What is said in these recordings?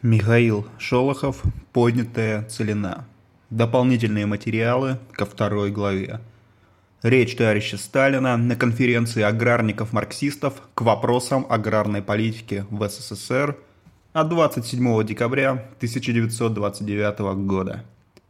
Михаил Шолохов. Поднятая целина. Дополнительные материалы ко второй главе. Речь товарища Сталина на конференции аграрников-марксистов к вопросам аграрной политики в СССР от 27 декабря 1929 года.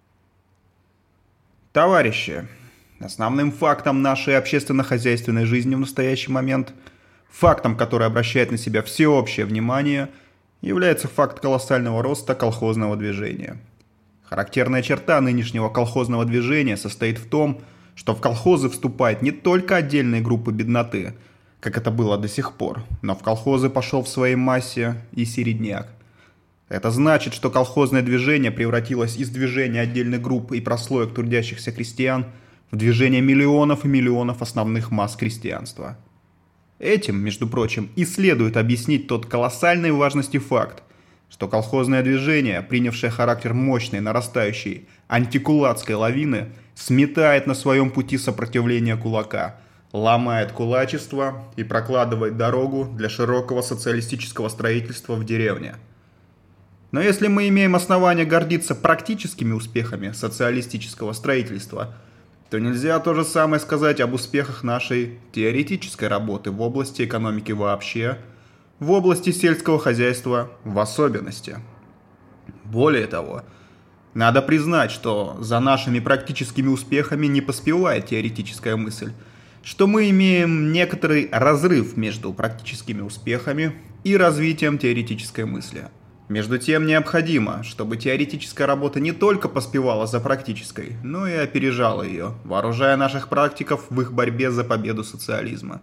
Товарищи, основным фактом нашей общественно-хозяйственной жизни в настоящий момент, фактом, который обращает на себя всеобщее внимание, является факт колоссального роста колхозного движения. Характерная черта нынешнего колхозного движения состоит в том, что в колхозы вступают не только отдельные группы бедноты, как это было до сих пор, но в колхозы пошел в своей массе и середняк. Это значит, что колхозное движение превратилось из движения отдельных групп и прослоек трудящихся крестьян в движение миллионов и миллионов основных масс крестьянства. Этим, между прочим, и следует объяснить тот колоссальной важности факт, что колхозное движение, принявшее характер мощной нарастающей антикулацкой лавины, сметает на своем пути сопротивление кулака, ломает кулачество и прокладывает дорогу для широкого социалистического строительства в деревне. Но если мы имеем основания гордиться практическими успехами социалистического строительства, то нельзя то же самое сказать об успехах нашей теоретической работы в области экономики вообще, в области сельского хозяйства в особенности. Более того, надо признать, что за нашими практическими успехами не поспевает теоретическая мысль, что мы имеем некоторый разрыв между практическими успехами и развитием теоретической мысли. Между тем необходимо, чтобы теоретическая работа не только поспевала за практической, но и опережала ее, вооружая наших практиков в их борьбе за победу социализма.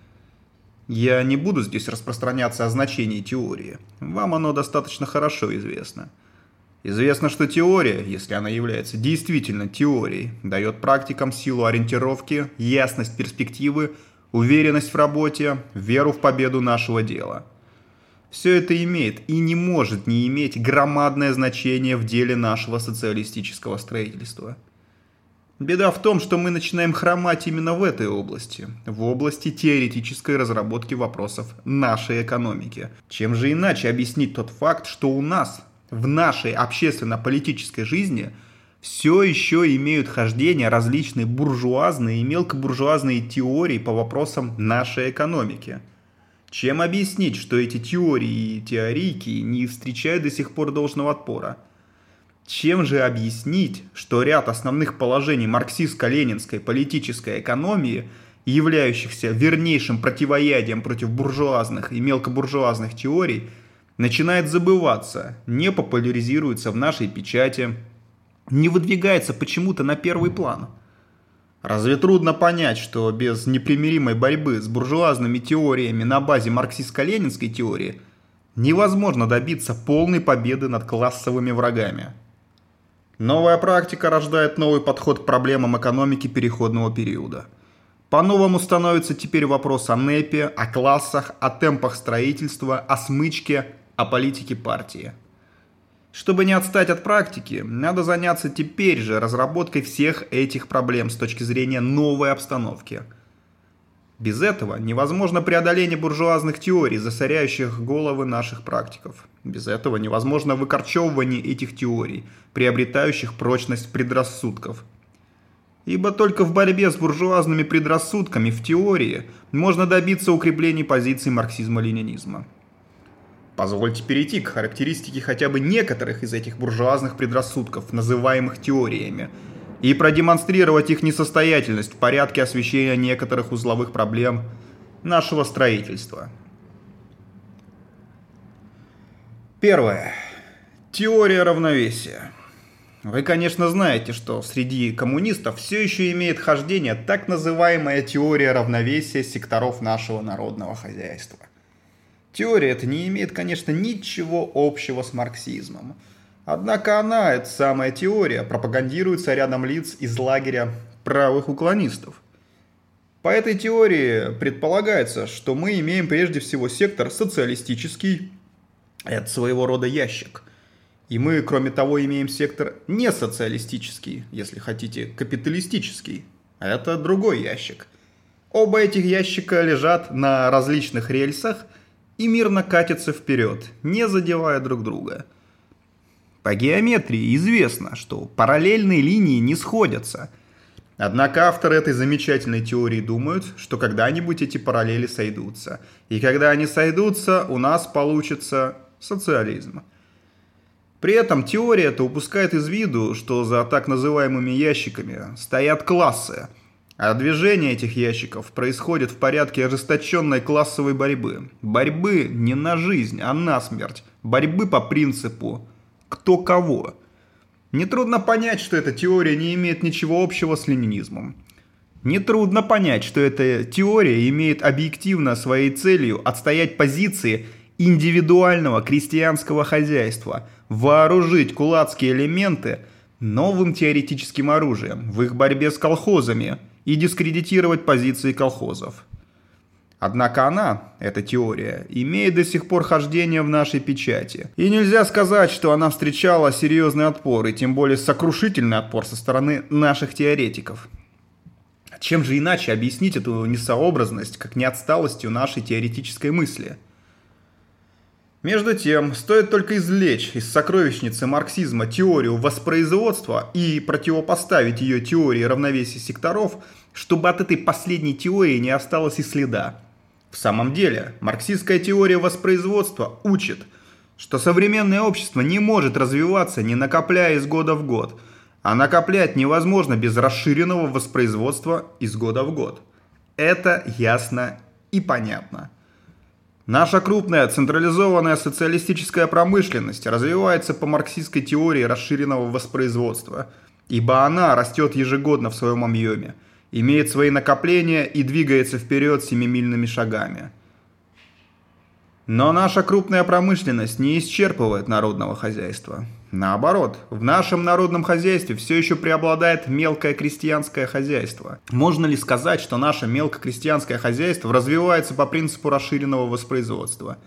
Я не буду здесь распространяться о значении теории, вам оно достаточно хорошо известно. Известно, что теория, если она является действительно теорией, дает практикам силу ориентировки, ясность перспективы, уверенность в работе, веру в победу нашего дела. Все это имеет и не может не иметь громадное значение в деле нашего социалистического строительства. Беда в том, что мы начинаем хромать именно в этой области, в области теоретической разработки вопросов нашей экономики. Чем же иначе объяснить тот факт, что у нас, в нашей общественно-политической жизни, все еще имеют хождение различные буржуазные и мелкобуржуазные теории по вопросам нашей экономики? Чем объяснить, что эти теории и теорийки не встречают до сих пор должного отпора? Чем же объяснить, что ряд основных положений марксистско-ленинской политической экономии, являющихся вернейшим противоядием против буржуазных и мелкобуржуазных теорий, начинает забываться, не популяризируется в нашей печати, не выдвигается почему-то на первый план? Разве трудно понять, что без непримиримой борьбы с буржуазными теориями на базе марксистско-ленинской теории невозможно добиться полной победы над классовыми врагами? Новая практика рождает новый подход к проблемам экономики переходного периода. По-новому становится теперь вопрос о НЭПе, о классах, о темпах строительства, о смычке, о политике партии. Чтобы не отстать от практики, надо заняться теперь же разработкой всех этих проблем с точки зрения новой обстановки. Без этого невозможно преодоление буржуазных теорий, засоряющих головы наших практиков. Без этого невозможно выкорчевывание этих теорий, приобретающих прочность предрассудков. Ибо только в борьбе с буржуазными предрассудками в теории можно добиться укрепления позиций марксизма-ленинизма. Позвольте перейти к характеристике хотя бы некоторых из этих буржуазных предрассудков, называемых теориями, и продемонстрировать их несостоятельность в порядке освещения некоторых узловых проблем нашего строительства. Первое. Теория равновесия. Вы, конечно, знаете, что среди коммунистов все еще имеет хождение так называемая теория равновесия секторов нашего народного хозяйства. Теория эта не имеет, конечно, ничего общего с марксизмом. Однако она, эта самая теория, пропагандируется рядом лиц из лагеря правых уклонистов. По этой теории предполагается, что мы имеем прежде всего сектор социалистический, это своего рода ящик. И мы, кроме того, имеем сектор несоциалистический, если хотите, капиталистический, это другой ящик. Оба этих ящика лежат на различных рельсах и мирно катятся вперед, не задевая друг друга. По геометрии известно, что параллельные линии не сходятся. Однако авторы этой замечательной теории думают, что когда-нибудь эти параллели сойдутся. И когда они сойдутся, у нас получится социализм. При этом теория эта упускает из виду, что за так называемыми ящиками стоят классы, а движение этих ящиков происходит в порядке ожесточенной классовой борьбы. Борьбы не на жизнь, а на смерть. Борьбы по принципу «кто кого». Нетрудно понять, что эта теория не имеет ничего общего с ленинизмом. Нетрудно понять, что эта теория имеет объективно своей целью отстоять позиции индивидуального крестьянского хозяйства, вооружить кулацкие элементы новым теоретическим оружием в их борьбе с колхозами и дискредитировать позиции колхозов. Однако она, эта теория, имеет до сих пор хождение в нашей печати. И нельзя сказать, что она встречала серьезный отпор, и тем более сокрушительный отпор со стороны наших теоретиков. Чем же иначе объяснить эту несообразность, как не отсталостью нашей теоретической мысли? Между тем, стоит только извлечь из сокровищницы марксизма теорию воспроизводства и противопоставить ее теории равновесия секторов, чтобы от этой последней теории не осталось и следа. В самом деле, марксистская теория воспроизводства учит, что современное общество не может развиваться, не накопляя из года в год, а накоплять невозможно без расширенного воспроизводства из года в год. Это ясно и понятно. Наша крупная централизованная социалистическая промышленность развивается по марксистской теории расширенного воспроизводства, ибо она растет ежегодно в своем объеме, имеет свои накопления и двигается вперед семимильными шагами. Но наша крупная промышленность не исчерпывает народного хозяйства. Наоборот, в нашем народном хозяйстве все еще преобладает мелкое крестьянское хозяйство. Можно ли сказать, что наше мелкокрестьянское хозяйство развивается по принципу расширенного воспроизводства?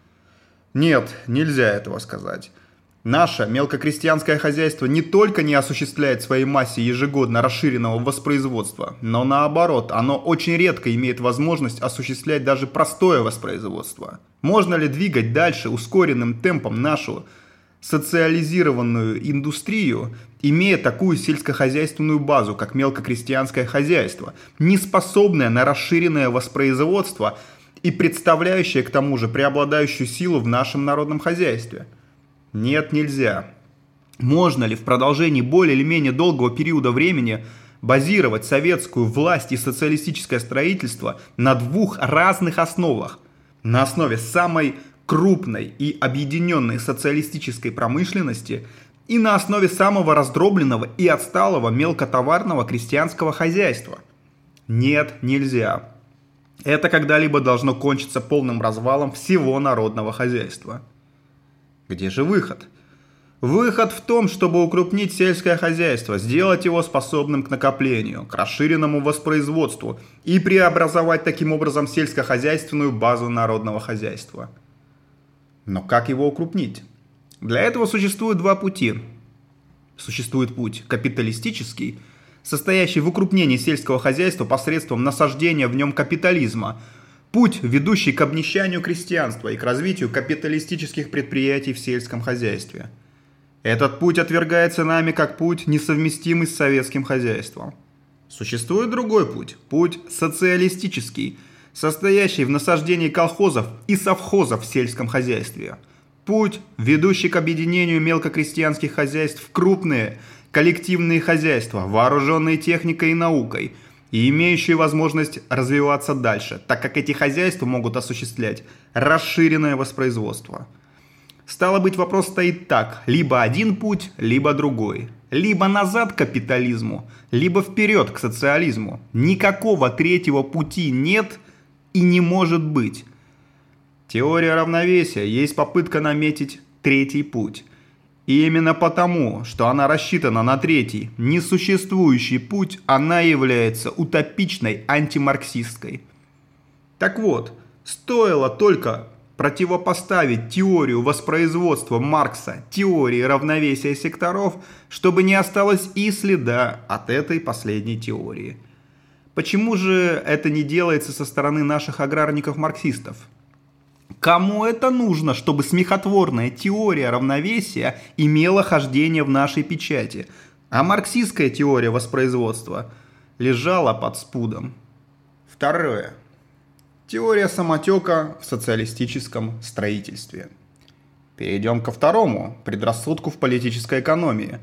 Нет, нельзя этого сказать. Наше мелкокрестьянское хозяйство не только не осуществляет в своей массе ежегодно расширенного воспроизводства, но наоборот, оно очень редко имеет возможность осуществлять даже простое воспроизводство. Можно ли двигать дальше ускоренным темпом нашу социализированную индустрию, имея такую сельскохозяйственную базу, как мелкокрестьянское хозяйство, не способное на расширенное воспроизводство и представляющее к тому же преобладающую силу в нашем народном хозяйстве? Нет, нельзя. Можно ли в продолжении более или менее долгого периода времени базировать советскую власть и социалистическое строительство на двух разных основах? На основе самой крупной и объединенной социалистической промышленности и на основе самого раздробленного и отсталого мелкотоварного крестьянского хозяйства? Нет, нельзя. Это когда-либо должно кончиться полным развалом всего народного хозяйства. Где же выход? Выход в том, чтобы укрупнить сельское хозяйство, сделать его способным к накоплению, к расширенному воспроизводству и преобразовать таким образом сельскохозяйственную базу народного хозяйства. Но как его укрупнить? Для этого существует два пути. Существует путь капиталистический, состоящий в укрупнении сельского хозяйства посредством насаждения в нем капитализма, путь, ведущий к обнищанию крестьянства и к развитию капиталистических предприятий в сельском хозяйстве. Этот путь отвергается нами как путь, несовместимый с советским хозяйством. Существует другой путь, путь социалистический, состоящий в насаждении колхозов и совхозов в сельском хозяйстве. Путь, ведущий к объединению мелкокрестьянских хозяйств в крупные коллективные хозяйства, вооруженные техникой и наукой, и имеющие возможность развиваться дальше, так как эти хозяйства могут осуществлять расширенное воспроизводство. Стало быть, вопрос стоит так: либо один путь, либо другой. Либо назад к капитализму, либо вперед к социализму. Никакого третьего пути нет и не может быть. Теория равновесия есть попытка наметить третий путь. И именно потому, что она рассчитана на третий, несуществующий путь, она является утопичной антимарксистской. Так вот, стоило только противопоставить теорию воспроизводства Маркса теории равновесия секторов, чтобы не осталось и следа от этой последней теории. Почему же это не делается со стороны наших аграрников-марксистов? Кому это нужно, чтобы смехотворная теория равновесия имела хождение в нашей печати, а марксистская теория воспроизводства лежала под спудом? Второе. Теория самотека в социалистическом строительстве. Перейдем ко второму предрассудку в политической экономии.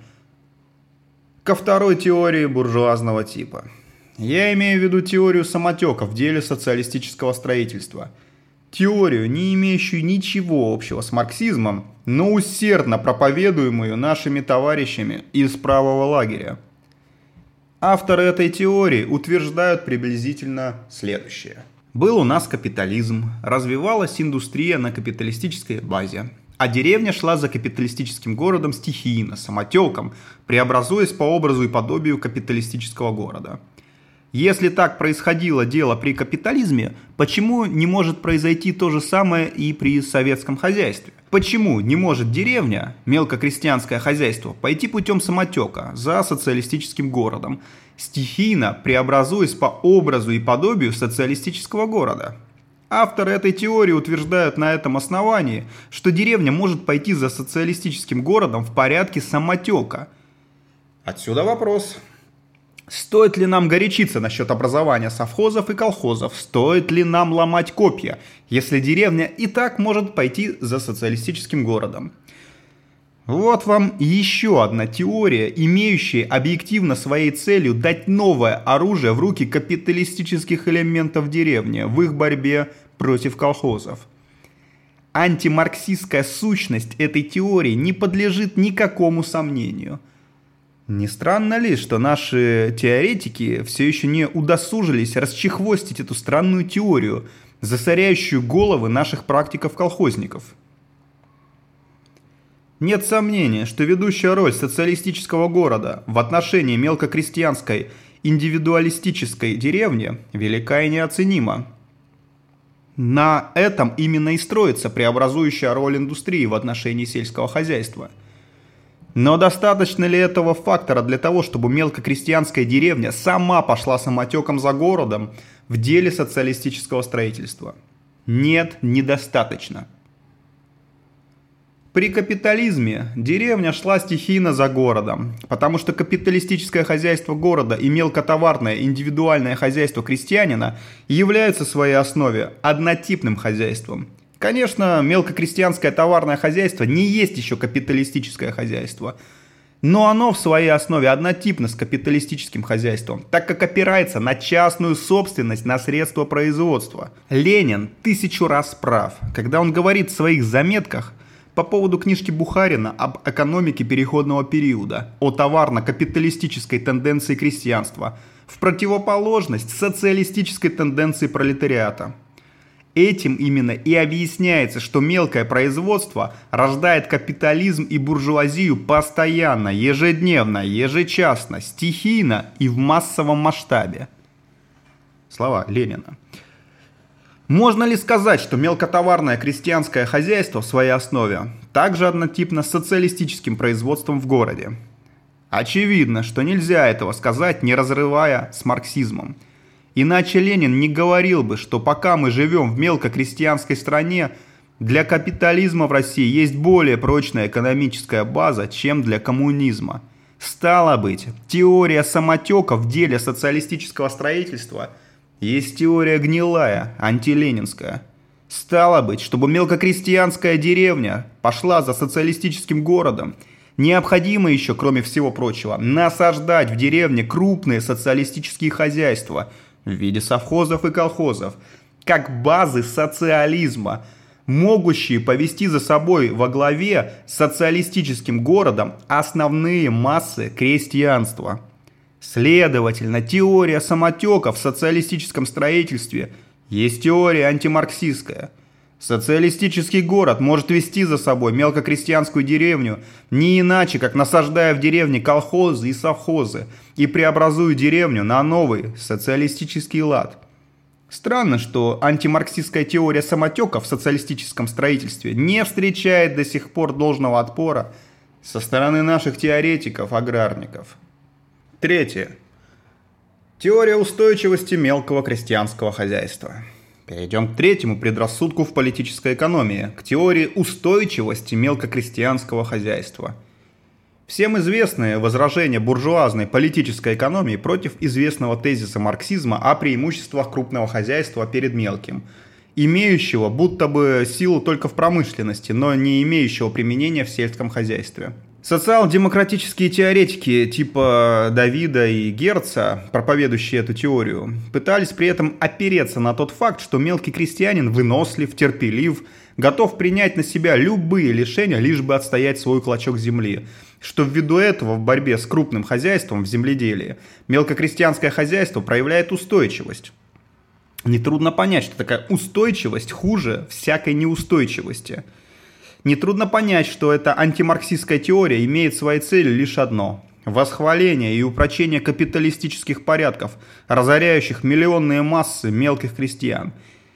Ко второй теории буржуазного типа. Я имею в виду теорию самотека в деле социалистического строительства. Теорию, не имеющую ничего общего с марксизмом, но усердно проповедуемую нашими товарищами из правого лагеря. Авторы этой теории утверждают приблизительно следующее. Был у нас капитализм, развивалась индустрия на капиталистической базе, а деревня шла за капиталистическим городом стихийно, самотеком, преобразуясь по образу и подобию капиталистического города. Если так происходило дело при капитализме, почему не может произойти то же самое и при советском хозяйстве? Почему не может деревня, мелкокрестьянское хозяйство, пойти путем самотека за социалистическим городом, стихийно преобразуясь по образу и подобию социалистического города? Авторы этой теории утверждают на этом основании, что деревня может пойти за социалистическим городом в порядке самотека. Отсюда вопрос. Стоит ли нам горячиться насчет образования совхозов и колхозов? Стоит ли нам ломать копья, если деревня и так может пойти за социалистическим городом? Вот вам еще одна теория, имеющая объективно своей целью дать новое оружие в руки капиталистических элементов деревни в их борьбе против колхозов. Антимарксистская сущность этой теории не подлежит никакому сомнению. Не странно ли, что наши теоретики все еще не удосужились расчехвостить эту странную теорию, засоряющую головы наших практиков-колхозников? Нет сомнения, что ведущая роль социалистического города в отношении мелкокрестьянской индивидуалистической деревни велика и неоценима. На этом именно и строится преобразующая роль индустрии в отношении сельского хозяйства. Но достаточно ли этого фактора для того, чтобы мелкокрестьянская деревня сама пошла самотеком за городом в деле социалистического строительства? Нет, недостаточно. При капитализме деревня шла стихийно за городом, потому что капиталистическое хозяйство города и мелкотоварное индивидуальное хозяйство крестьянина являются в своей основе однотипным хозяйством. Конечно, мелкокрестьянское товарное хозяйство не есть еще капиталистическое хозяйство, но оно в своей основе однотипно с капиталистическим хозяйством, так как опирается на частную собственность на средства производства. Ленин 1000 раз прав, когда он говорит в своих заметках по поводу книжки Бухарина об экономике переходного периода, о товарно-капиталистической тенденции крестьянства, в противоположность социалистической тенденции пролетариата. Этим именно и объясняется, что мелкое производство рождает капитализм и буржуазию постоянно, ежедневно, ежечасно, стихийно и в массовом масштабе. Слова Ленина. Можно ли сказать, что мелкотоварное крестьянское хозяйство в своей основе также однотипно с социалистическим производством в городе? Очевидно, что нельзя этого сказать, не разрывая с марксизмом. Иначе Ленин не говорил бы, что пока мы живем в мелкокрестьянской стране, для капитализма в России есть более прочная экономическая база, чем для коммунизма. Стало быть, теория самотека в деле социалистического строительства есть теория гнилая, антиленинская. Стало быть, чтобы мелкокрестьянская деревня пошла за социалистическим городом, необходимо еще, кроме всего прочего, насаждать в деревне крупные социалистические хозяйства в виде совхозов и колхозов, как базы социализма, могущие повести за собой во главе с социалистическим городом основные массы крестьянства. Следовательно, теория самотека в социалистическом строительстве есть теория антимарксистская. Социалистический город может вести за собой мелкокрестьянскую деревню не иначе, как насаждая в деревне колхозы и совхозы и преобразуя деревню на новый социалистический лад. Странно, что антимарксистская теория самотека в социалистическом строительстве не встречает до сих пор должного отпора со стороны наших теоретиков-аграрников. Третье. Теория устойчивости мелкого крестьянского хозяйства. Перейдем к третьему предрассудку в политической экономии, к теории устойчивости мелкокрестьянского хозяйства. Всем известны возражения буржуазной политической экономии против известного тезиса марксизма о преимуществах крупного хозяйства перед мелким, имеющего будто бы силу только в промышленности, но не имеющего применения в сельском хозяйстве. Социал-демократические теоретики типа Давида и Герца, проповедующие эту теорию, пытались при этом опереться на тот факт, что мелкий крестьянин вынослив, терпелив, готов принять на себя любые лишения, лишь бы отстоять свой клочок земли, что ввиду этого в борьбе с крупным хозяйством в земледелии мелкокрестьянское хозяйство проявляет устойчивость. Нетрудно понять, что такая устойчивость хуже всякой неустойчивости. Нетрудно понять, что эта антимарксистская теория имеет своей целью лишь одно – восхваление и упрочение капиталистических порядков, разоряющих миллионные массы мелких крестьян.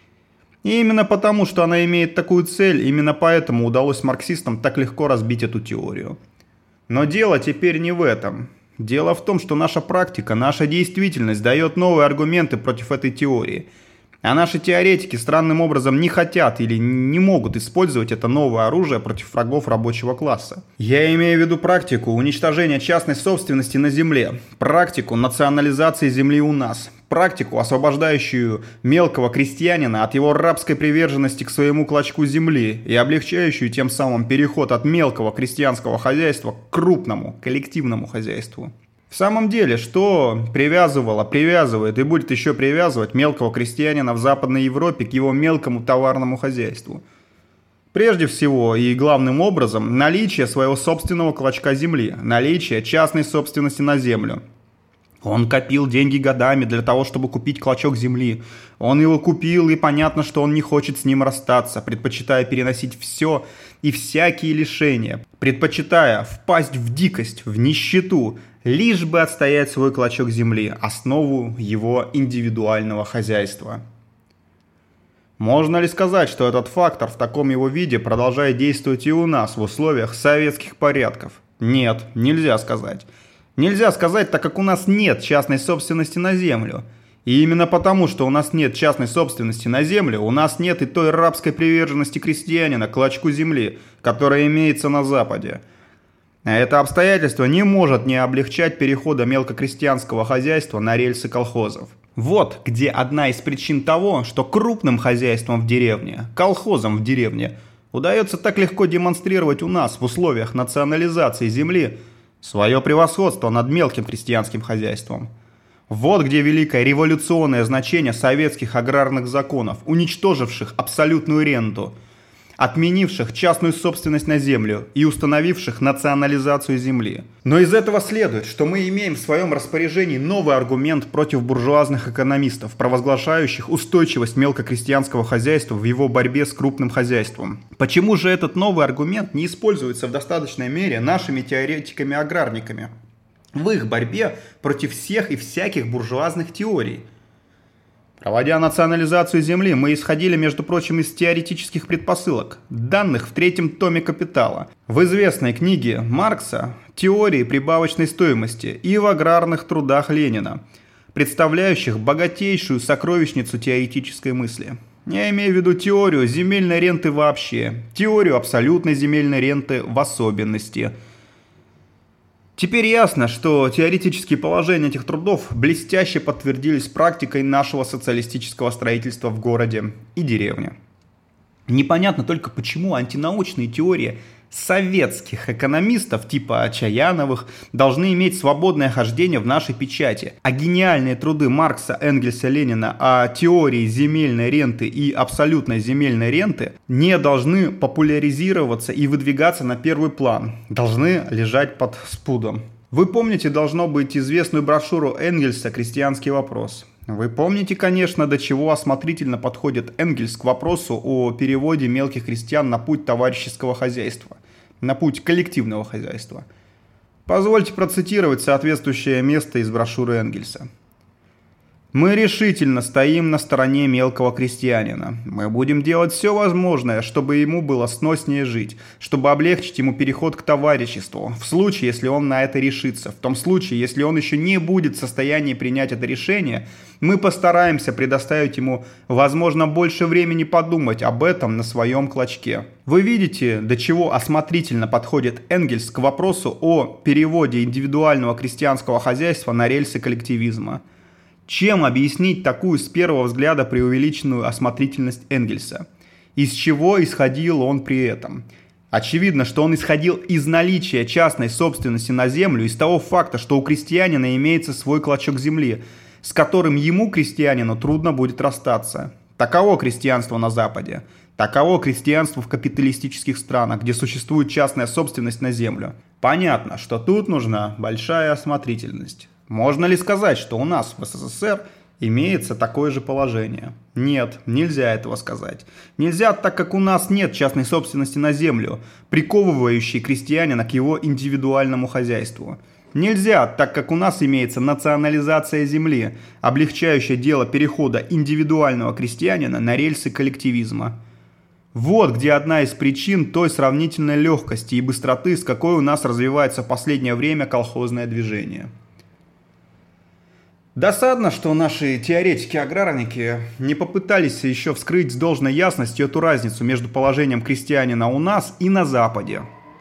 И именно потому, что она имеет такую цель, именно поэтому удалось марксистам так легко разбить эту теорию. Но дело теперь не в этом. Дело в том, что наша практика, наша действительность дает новые аргументы против этой теории. А наши теоретики странным образом не хотят или не могут использовать это новое оружие против врагов рабочего класса. Я имею в виду практику уничтожения частной собственности на земле, практику национализации земли у нас, практику, освобождающую мелкого крестьянина от его рабской приверженности к своему клочку земли и облегчающую тем самым переход от мелкого крестьянского хозяйства к крупному коллективному хозяйству. В самом деле, что привязывало, привязывает и будет еще привязывать мелкого крестьянина в Западной Европе к его мелкому товарному хозяйству? Прежде всего и главным образом наличие своего собственного клочка земли, наличие частной собственности на землю. Он копил деньги годами для того, чтобы купить клочок земли. Он его купил, и понятно, что он не хочет с ним расстаться, предпочитая переносить все и всякие лишения, предпочитая впасть в дикость, в нищету, лишь бы отстоять свой клочок земли, основу его индивидуального хозяйства. Можно ли сказать, что этот фактор в таком его виде продолжает действовать и у нас в условиях советских порядков? Нет, нельзя сказать. Нельзя сказать, так как у нас нет частной собственности на землю. И именно потому, что у нас нет частной собственности на землю, у нас нет и той рабской приверженности крестьянина к клочку земли, которая имеется на Западе. А это обстоятельство не может не облегчать перехода мелкокрестьянского хозяйства на рельсы колхозов. Вот где одна из причин того, что крупным хозяйством в деревне, колхозам в деревне, удается так легко демонстрировать у нас в условиях национализации земли свое превосходство над мелким крестьянским хозяйством. Вот где великое революционное значение советских аграрных законов, уничтоживших абсолютную ренту, отменивших частную собственность на землю и установивших национализацию земли. Но из этого следует, что мы имеем в своем распоряжении новый аргумент против буржуазных экономистов, провозглашающих устойчивость мелкокрестьянского хозяйства в его борьбе с крупным хозяйством. Почему же этот новый аргумент не используется в достаточной мере нашими теоретиками-аграрниками в их борьбе против всех и всяких буржуазных теорий? Проводя национализацию земли, мы исходили, между прочим, из теоретических предпосылок, данных в третьем томе «Капитала», в известной книге Маркса «Теории прибавочной стоимости» и в аграрных трудах Ленина, представляющих богатейшую сокровищницу теоретической мысли. Я имею в виду теорию земельной ренты вообще, теорию абсолютной земельной ренты в особенности. Теперь ясно, что теоретические положения этих трудов блестяще подтвердились практикой нашего социалистического строительства в городе и деревне. Непонятно только, почему антинаучные теории советских экономистов типа Чаяновых должны иметь свободное хождение в нашей печати, а гениальные труды Маркса, Энгельса, Ленина о теории земельной ренты и абсолютной земельной ренты не должны популяризироваться и выдвигаться на первый план, должны лежать под спудом. Вы помните, должно быть, известную брошюру Энгельса «Крестьянский вопрос». Вы помните, конечно, до чего осмотрительно подходит Энгельс к вопросу о переводе мелких крестьян на путь товарищеского хозяйства, на путь коллективного хозяйства. Позвольте процитировать соответствующее место из брошюры Энгельса. Мы решительно стоим на стороне мелкого крестьянина. Мы будем делать все возможное, чтобы ему было сноснее жить, чтобы облегчить ему переход к товариществу, в случае, если он на это решится. В том случае, если он еще не будет в состоянии принять это решение, мы постараемся предоставить ему, возможно, больше времени подумать об этом на своем клочке. Вы видите, до чего осмотрительно подходит Энгельс к вопросу о переводе индивидуального крестьянского хозяйства на рельсы коллективизма. Чем объяснить такую с первого взгляда преувеличенную осмотрительность Энгельса? Из чего исходил он при этом? Очевидно, что он исходил из наличия частной собственности на землю, из того факта, что у крестьянина имеется свой клочок земли, с которым ему, крестьянину, трудно будет расстаться. Таково крестьянство на Западе. Таково крестьянство в капиталистических странах, где существует частная собственность на землю. Понятно, что тут нужна большая осмотрительность. Можно ли сказать, что у нас в СССР имеется такое же положение? Нет, нельзя этого сказать. Нельзя, так как у нас нет частной собственности на землю, приковывающей крестьянина к его индивидуальному хозяйству. Нельзя, так как у нас имеется национализация земли, облегчающая дело перехода индивидуального крестьянина на рельсы коллективизма. Вот где одна из причин той сравнительной легкости и быстроты, с какой у нас развивается в последнее время колхозное движение. Досадно, что наши теоретики-аграрники не попытались еще вскрыть с должной ясностью эту разницу между положением крестьянина у нас и на Западе.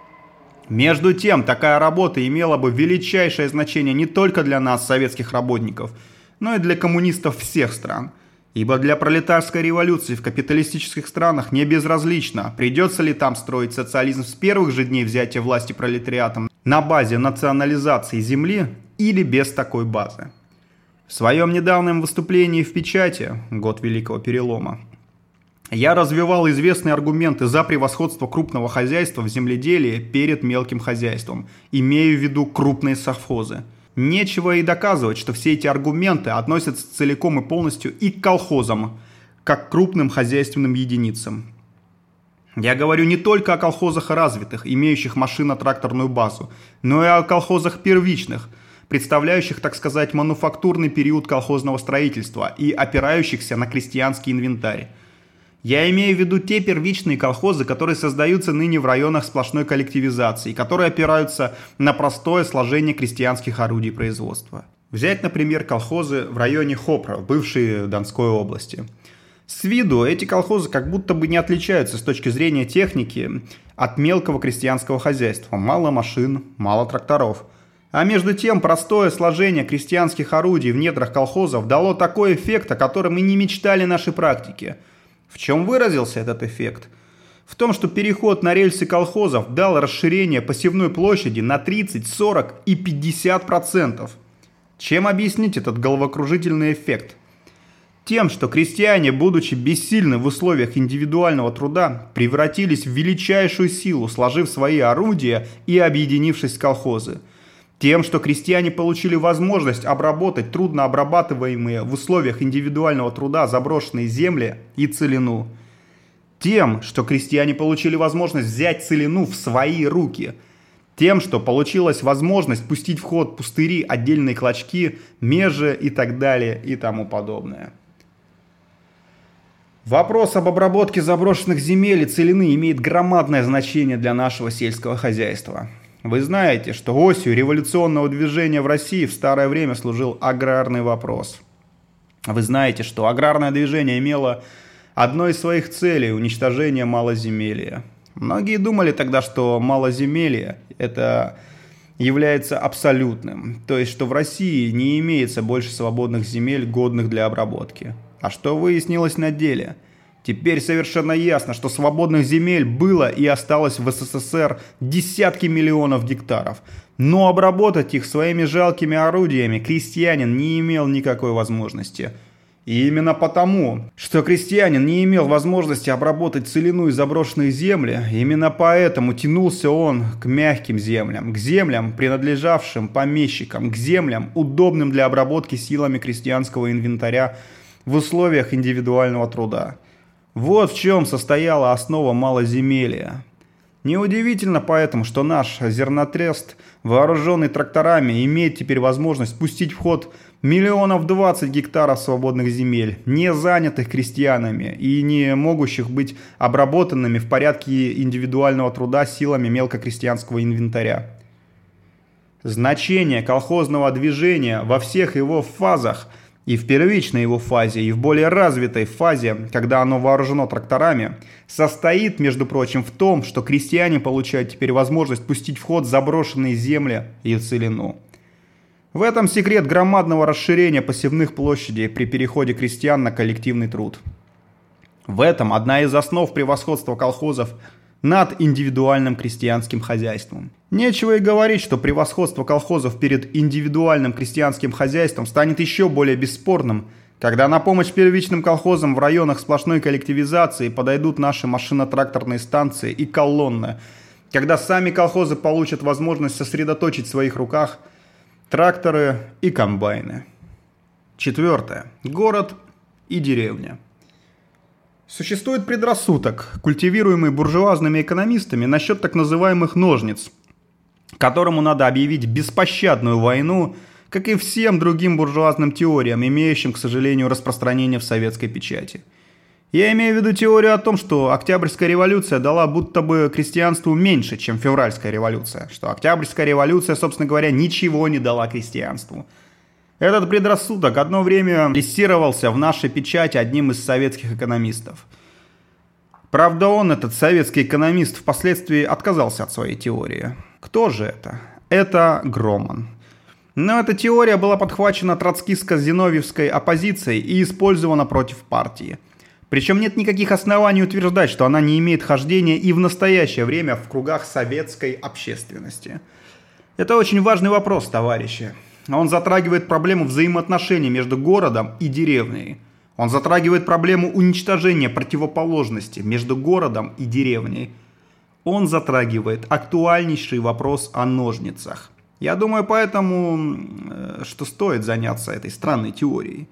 Между тем, такая работа имела бы величайшее значение не только для нас, советских работников, но и для коммунистов всех стран. Ибо для пролетарской революции в капиталистических странах не безразлично, придется ли там строить социализм с первых же дней взятия власти пролетариатом на базе национализации земли или без такой базы. В своем недавнем выступлении в печати, год Великого Перелома, я развивал известные аргументы за превосходство крупного хозяйства в земледелии перед мелким хозяйством, имея в виду крупные совхозы. Нечего и доказывать, что все эти аргументы относятся целиком и полностью и к колхозам, как к крупным хозяйственным единицам. Я говорю не только о колхозах развитых, имеющих машино-тракторную базу, но и о колхозах первичных, представляющих, так сказать, мануфактурный период колхозного строительства и опирающихся на крестьянский инвентарь. Я имею в виду те первичные колхозы, которые создаются ныне в районах сплошной коллективизации, которые опираются на простое сложение крестьянских орудий производства. Взять, например, колхозы в районе Хопра, бывшей Донской области. С виду эти колхозы как будто бы не отличаются с точки зрения техники от мелкого крестьянского хозяйства. Мало машин, мало тракторов. А между тем, простое сложение крестьянских орудий в недрах колхозов дало такой эффект, о котором и не мечтали наши практики. В чем выразился этот эффект? В том, что переход на рельсы колхозов дал расширение посевной площади на 30, 40 и 50%. Чем объяснить этот головокружительный эффект? Тем, что крестьяне, будучи бессильны в условиях индивидуального труда, превратились в величайшую силу, сложив свои орудия и объединившись в колхозы. Тем, что крестьяне получили возможность обработать труднообрабатываемые в условиях индивидуального труда заброшенные земли и целину. Тем, что крестьяне получили возможность взять целину в свои руки. Тем, что получилась возможность пустить в ход пустыри, отдельные клочки, межи и так далее и тому подобное. Вопрос об обработке заброшенных земель и целины имеет громадное значение для нашего сельского хозяйства. Вы знаете, что осью революционного движения в России в старое время служил аграрный вопрос. Вы знаете, что аграрное движение имело одной из своих целей – уничтожение малоземелья. Многие думали тогда, что малоземелье – это является абсолютным, то есть, что в России не имеется больше свободных земель, годных для обработки. А что выяснилось на деле? Теперь совершенно ясно, что свободных земель было и осталось в СССР десятки миллионов гектаров. Но обработать их своими жалкими орудиями крестьянин не имел никакой возможности. И именно потому, что крестьянин не имел возможности обработать целину и заброшенные земли, именно поэтому тянулся он к мягким землям, к землям, принадлежавшим помещикам, к землям, удобным для обработки силами крестьянского инвентаря в условиях индивидуального труда. Вот в чем состояла основа малоземелья. Неудивительно поэтому, что наш зернотрест, вооруженный тракторами, имеет теперь возможность пустить в ход 1 020 000 гектаров свободных земель, не занятых крестьянами и не могущих быть обработанными в порядке индивидуального труда силами мелкокрестьянского инвентаря. Значение колхозного движения во всех его фазах, и в первичной его фазе, и в более развитой фазе, когда оно вооружено тракторами, состоит, между прочим, в том, что крестьяне получают теперь возможность пустить в ход заброшенные земли и целину. В этом секрет громадного расширения посевных площадей при переходе крестьян на коллективный труд. В этом одна из основ превосходства колхозов над индивидуальным крестьянским хозяйством. Нечего и говорить, что превосходство колхозов перед индивидуальным крестьянским хозяйством станет еще более бесспорным, когда на помощь первичным колхозам в районах сплошной коллективизации подойдут наши машино-тракторные станции и колонны, когда сами колхозы получат возможность сосредоточить в своих руках тракторы и комбайны. 4. Город и деревня. Существует предрассудок, культивируемый буржуазными экономистами, насчет так называемых ножниц, которому надо объявить беспощадную войну, как и всем другим буржуазным теориям, имеющим, к сожалению, распространение в советской печати. Я имею в виду теорию о том, что Октябрьская революция дала будто бы крестьянству меньше, чем Февральская революция, что Октябрьская революция, собственно говоря, ничего не дала крестьянству. Этот предрассудок одно время лессировался в нашей печати одним из советских экономистов. Правда, он, этот советский экономист, впоследствии отказался от своей теории. Кто же это? Это Громан. Но эта теория была подхвачена троцкистско-зиновьевской оппозицией и использована против партии. Причем нет никаких оснований утверждать, что она не имеет хождения и в настоящее время в кругах советской общественности. Это очень важный вопрос, товарищи. Он затрагивает проблему взаимоотношений между городом и деревней. Он затрагивает проблему уничтожения противоположности между городом и деревней. Он затрагивает актуальнейший вопрос о ножницах. Я думаю поэтому, что стоит заняться этой странной теорией.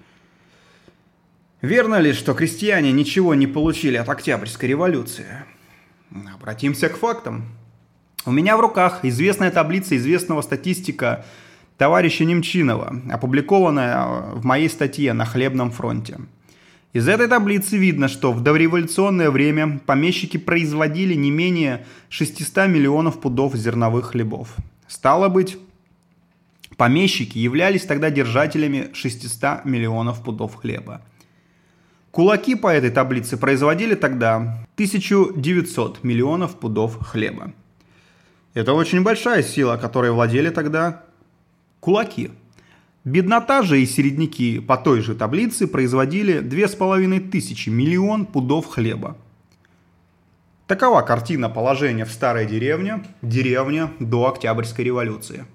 Верно ли, что крестьяне ничего не получили от Октябрьской революции? Обратимся к фактам. У меня в руках известная таблица известного статистика товарища Немчинова, опубликованная в моей статье «На хлебном фронте». Из этой таблицы видно, что в дореволюционное время помещики производили не менее 600 миллионов пудов зерновых хлебов. Стало быть, помещики являлись тогда держателями 600 миллионов пудов хлеба. Кулаки по этой таблице производили тогда 1900 миллионов пудов хлеба. Это очень большая сила, которой владели тогда кулаки. Беднота же и середняки по той же таблице производили 2500 миллион пудов хлеба. Такова картина положения в старой деревне до Октябрьской революции.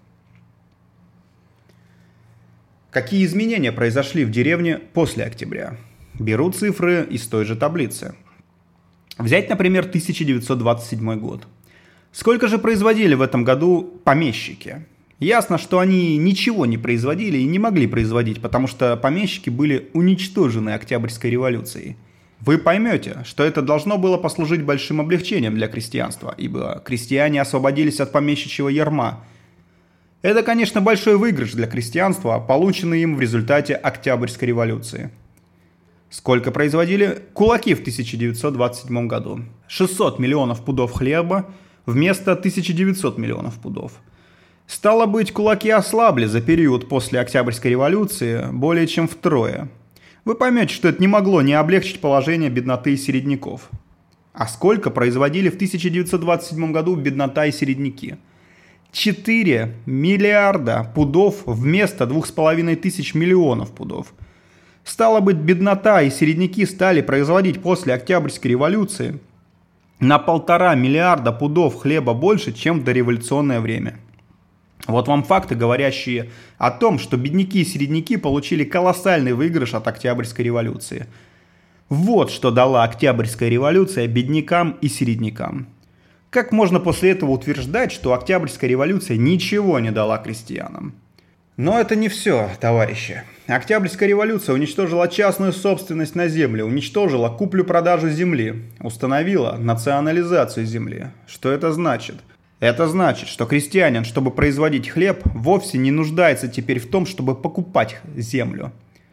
Какие изменения произошли в деревне после октября? Беру цифры из той же таблицы. Взять, например, 1927 год. Сколько же производили в этом году помещики? Ясно, что они ничего не производили и не могли производить, потому что помещики были уничтожены Октябрьской революцией. Вы поймете, что это должно было послужить большим облегчением для крестьянства, ибо крестьяне освободились от помещичьего ярма. Это, конечно, большой выигрыш для крестьянства, полученный им в результате Октябрьской революции. Сколько производили кулаки в 1927 году? 600 миллионов пудов хлеба вместо 1900 миллионов пудов. Стало быть, кулаки ослабли за период после Октябрьской революции более чем втрое. Вы поймете, что это не могло не облегчить положение бедноты и середняков. А сколько производили в 1927 году беднота и середняки? 4 миллиарда пудов вместо 2500 миллионов пудов. Стало быть, беднота и середняки стали производить после Октябрьской революции на 1,5 миллиарда пудов хлеба больше, чем в дореволюционное время. Вот вам факты, говорящие о том, что бедняки и середняки получили колоссальный выигрыш от Октябрьской революции. Вот что дала Октябрьская революция беднякам и середнякам. Как можно после этого утверждать, что Октябрьская революция ничего не дала крестьянам? Но это не все, товарищи. Октябрьская революция уничтожила частную собственность на землю, уничтожила куплю-продажу земли, установила национализацию земли. Что это значит? Это значит, что крестьянин, чтобы производить хлеб, вовсе не нуждается теперь в том, чтобы покупать землю.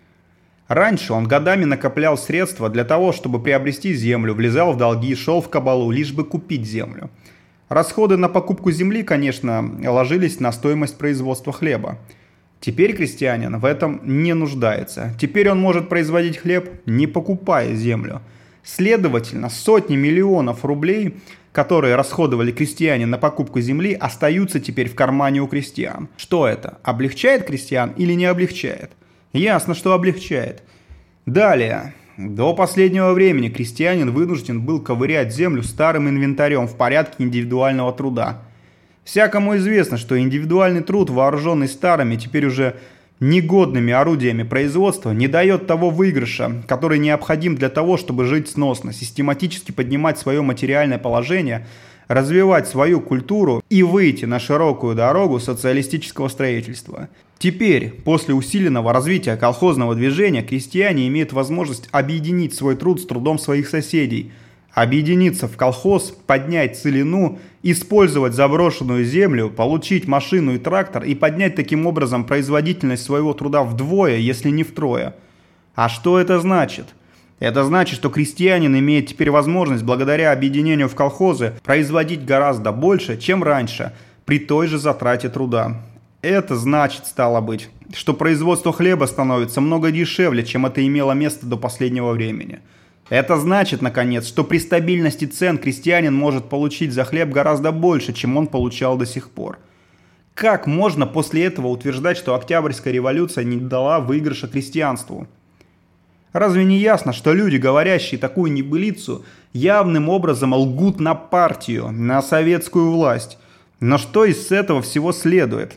Раньше он годами накоплял средства для того, чтобы приобрести землю, влезал в долги, шел в кабалу, лишь бы купить землю. Расходы на покупку земли, конечно, ложились на стоимость производства хлеба. Теперь крестьянин в этом не нуждается. Теперь он может производить хлеб, не покупая землю. Следовательно, сотни миллионов рублей, которые расходовали крестьяне на покупку земли, остаются теперь в кармане у крестьян. Что это? Облегчает крестьян или не облегчает? Ясно, что облегчает. Далее. До последнего времени крестьянин вынужден был ковырять землю старым инвентарем в порядке индивидуального труда. Всякому известно, что индивидуальный труд, вооруженный старыми, теперь уже негодными орудиями производства, не дает того выигрыша, который необходим для того, чтобы жить сносно, систематически поднимать свое материальное положение, развивать свою культуру и выйти на широкую дорогу социалистического строительства. Теперь, после усиленного развития колхозного движения, крестьяне имеют возможность объединить свой труд с трудом своих соседей, объединиться в колхоз, поднять целину, использовать заброшенную землю, получить машину и трактор и поднять таким образом производительность своего труда вдвое, если не втрое. А что это значит? Это значит, что крестьянин имеет теперь возможность, благодаря объединению в колхозы, производить гораздо больше, чем раньше, при той же затрате труда. Это значит, стало быть, что производство хлеба становится много дешевле, чем это имело место до последнего времени. Это значит, наконец, что при стабильности цен крестьянин может получить за хлеб гораздо больше, чем он получал до сих пор. Как можно после этого утверждать, что Октябрьская революция не дала выигрыша крестьянству? Разве не ясно, что люди, говорящие такую небылицу, явным образом лгут на партию, на советскую власть? Но что из этого всего следует?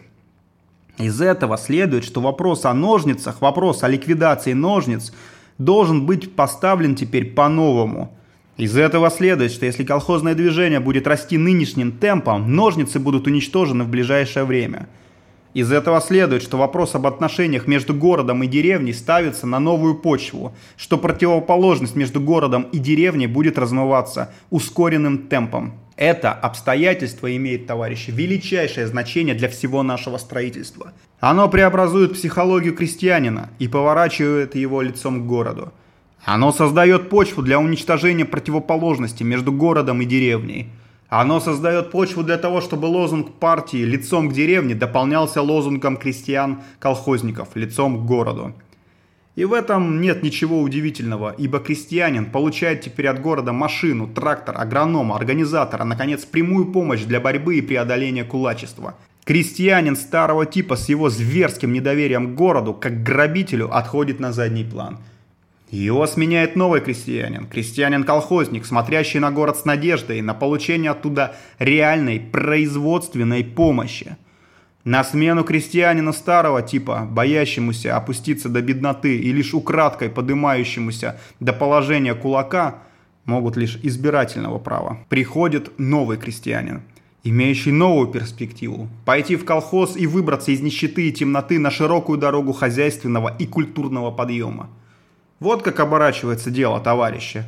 Из этого следует, что вопрос о ножницах, вопрос о ликвидации ножниц должен быть поставлен теперь по-новому. Из этого следует, что если колхозное движение будет расти нынешним темпом, ножницы будут уничтожены в ближайшее время. Из этого следует, что вопрос об отношениях между городом и деревней ставится на новую почву, что противоположность между городом и деревней будет размываться ускоренным темпом. Это обстоятельство имеет, товарищи, величайшее значение для всего нашего строительства. Оно преобразует психологию крестьянина и поворачивает его лицом к городу. Оно создает почву для уничтожения противоположности между городом и деревней. Оно создает почву для того, чтобы лозунг партии «лицом к деревне» дополнялся лозунгом крестьян-колхозников «лицом к городу». И в этом нет ничего удивительного, ибо крестьянин получает теперь от города машину, трактор, агронома, организатора, наконец, прямую помощь для борьбы и преодоления кулачества. Крестьянин старого типа с его зверским недоверием к городу, как к грабителю, отходит на задний план. Его сменяет новый крестьянин, крестьянин-колхозник, смотрящий на город с надеждой на получение оттуда реальной производственной помощи. На смену крестьянина старого типа, боящемуся опуститься до бедноты и лишь украдкой подымающемуся до положения кулака, могут лишь избирательного права, приходит новый крестьянин, имеющий новую перспективу, пойти в колхоз и выбраться из нищеты и темноты на широкую дорогу хозяйственного и культурного подъема. Вот как оборачивается дело, товарищи.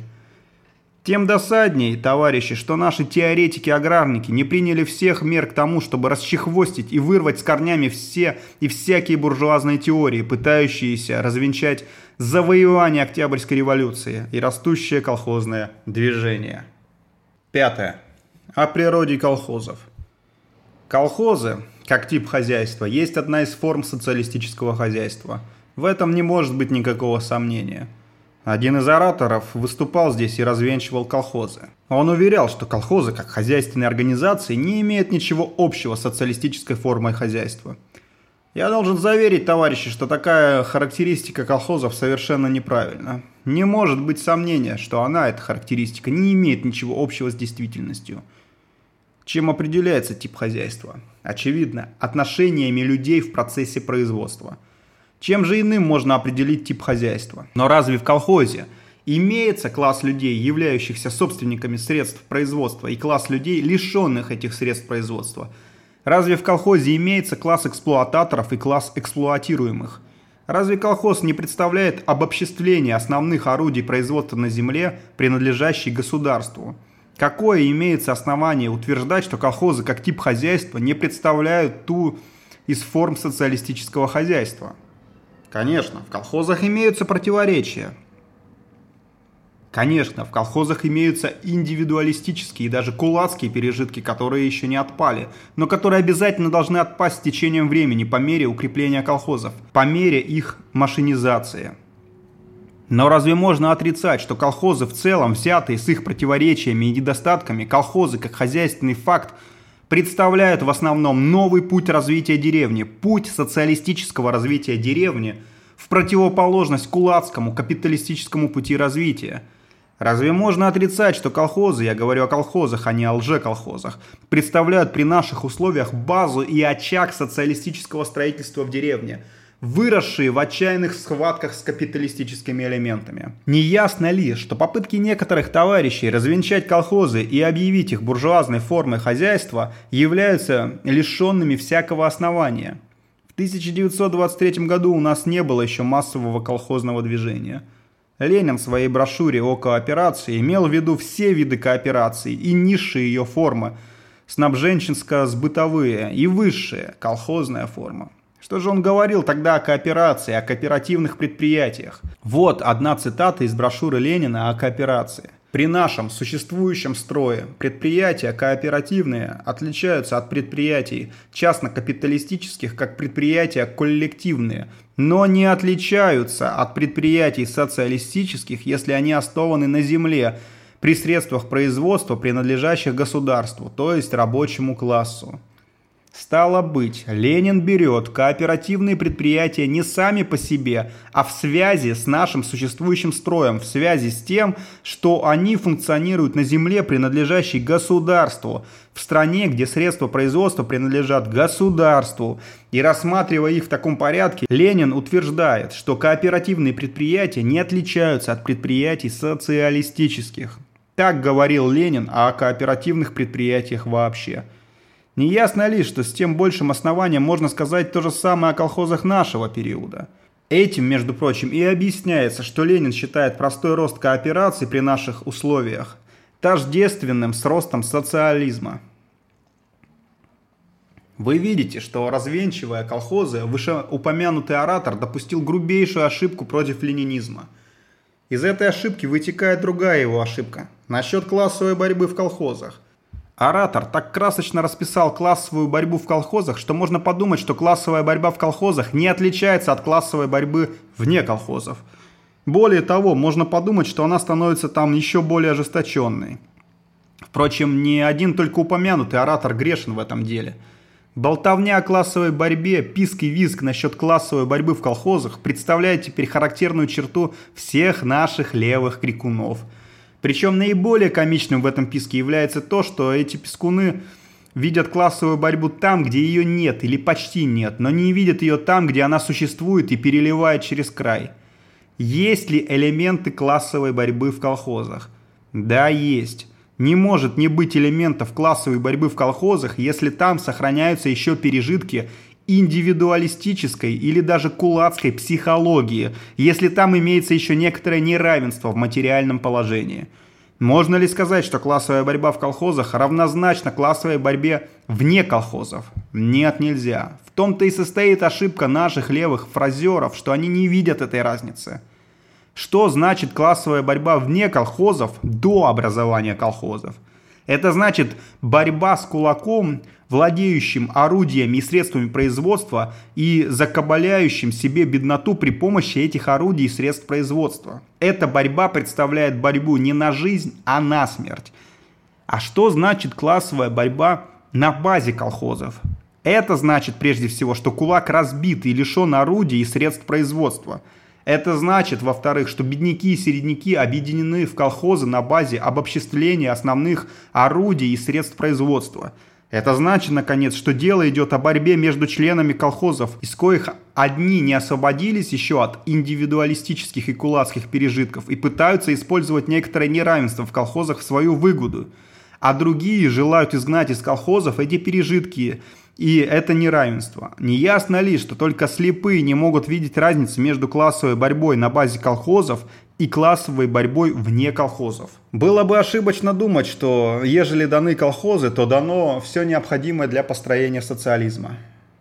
Тем досадней, товарищи, что наши теоретики-аграрники не приняли всех мер к тому, чтобы расчехвостить и вырвать с корнями все и всякие буржуазные теории, пытающиеся развенчать завоевание Октябрьской революции и растущее колхозное движение. 5. О природе колхозов. Колхозы, как тип хозяйства, есть одна из форм социалистического хозяйства. В этом не может быть никакого сомнения. Один из ораторов выступал здесь и развенчивал колхозы. Он уверял, что колхозы, как хозяйственные организации, не имеют ничего общего с социалистической формой хозяйства. Я должен заверить, товарищи, что такая характеристика колхозов совершенно неправильна. Не может быть сомнения, что она, эта характеристика, не имеет ничего общего с действительностью. Чем определяется тип хозяйства? Очевидно, отношениями людей в процессе производства. Чем же иным можно определить тип хозяйства? Но разве в колхозе имеется класс людей, являющихся собственниками средств производства, и класс людей, лишенных этих средств производства? Разве в колхозе имеется класс эксплуататоров и класс эксплуатируемых? Разве колхоз не представляет обобществление основных орудий производства на земле, принадлежащей государству? Какое имеется основание утверждать, что колхозы как тип хозяйства не представляют ту из форм социалистического хозяйства? Конечно, в колхозах имеются противоречия. Конечно, в колхозах имеются индивидуалистические и даже кулацкие пережитки, которые еще не отпали, но которые обязательно должны отпасть с течением времени по мере укрепления колхозов, по мере их машинизации. Но разве можно отрицать, что колхозы в целом, взятые с их противоречиями и недостатками, колхозы как хозяйственный факт, представляют в основном новый путь развития деревни, путь социалистического развития деревни в противоположность кулацкому капиталистическому пути развития? Разве можно отрицать, что колхозы, я говорю о колхозах, а не о лжеколхозах, представляют при наших условиях базу и очаг социалистического строительства в деревне, выросшие в отчаянных схватках с капиталистическими элементами? Не ясно ли, что попытки некоторых товарищей развенчать колхозы и объявить их буржуазной формой хозяйства являются лишенными всякого основания? В 1923 году у нас не было еще массового колхозного движения. Ленин в своей брошюре о кооперации имел в виду все виды кооперации и низшие ее формы, снабженческо-сбытовые, и высшие, колхозная форма. Что же он говорил тогда о кооперации, о кооперативных предприятиях? Вот одна цитата из брошюры Ленина о кооперации. При нашем существующем строе предприятия кооперативные отличаются от предприятий частно-капиталистических как предприятия коллективные, но не отличаются от предприятий социалистических, если они основаны на земле, при средствах производства, принадлежащих государству, то есть рабочему классу. Стало быть, Ленин берет кооперативные предприятия не сами по себе, а в связи с нашим существующим строем, в связи с тем, что они функционируют на земле, принадлежащей государству, в стране, где средства производства принадлежат государству. И рассматривая их в таком порядке, Ленин утверждает, что кооперативные предприятия не отличаются от предприятий социалистических. Так говорил Ленин о кооперативных предприятиях вообще. Не ясно ли, что с тем большим основанием можно сказать то же самое о колхозах нашего периода? Этим, между прочим, и объясняется, что Ленин считает простой рост кооперации при наших условиях тождественным с ростом социализма. Вы видите, что, развенчивая колхозы, вышеупомянутый оратор допустил грубейшую ошибку против ленинизма. Из этой ошибки вытекает другая его ошибка насчет классовой борьбы в колхозах. Оратор так красочно расписал классовую борьбу в колхозах, что можно подумать, что классовая борьба в колхозах не отличается от классовой борьбы вне колхозов. Более того, можно подумать, что она становится там еще более ожесточенной. Впрочем, не один только упомянутый оратор грешен в этом деле. Болтовня о классовой борьбе, писк и визг насчет классовой борьбы в колхозах представляет теперь характерную черту всех наших левых крикунов. Причем наиболее комичным в этом писке является то, что эти пискуны видят классовую борьбу там, где ее нет или почти нет, но не видят ее там, где она существует и переливает через край. Есть ли элементы классовой борьбы в колхозах? Да, есть. Не может не быть элементов классовой борьбы в колхозах, если там сохраняются еще пережитки индивидуалистической или даже кулацкой психологии, если там имеется еще некоторое неравенство в материальном положении. Можно ли сказать, что классовая борьба в колхозах равнозначна классовой борьбе вне колхозов? Нет, нельзя. В том-то и состоит ошибка наших левых фразеров, что они не видят этой разницы. Что значит классовая борьба вне колхозов до образования колхозов? Это значит борьба с кулаком, владеющим орудиями и средствами производства и закабаляющим себе бедноту при помощи этих орудий и средств производства. Эта борьба представляет борьбу не на жизнь, а на смерть. А что значит классовая борьба на базе колхозов? Это значит прежде всего, что кулак разбит и лишен орудий и средств производства. Это значит, во-вторых, что бедняки и середняки объединены в колхозы на базе обобществления основных орудий и средств производства. Это значит, наконец, что дело идет о борьбе между членами колхозов, из коих одни не освободились еще от индивидуалистических и кулацких пережитков и пытаются использовать некоторое неравенство в колхозах в свою выгоду, а другие желают изгнать из колхозов эти пережитки и это неравенство. Неясно ли, что только слепые не могут видеть разницу между классовой борьбой на базе колхозов и классовой борьбой вне колхозов? Было бы ошибочно думать, что ежели даны колхозы, то дано все необходимое для построения социализма.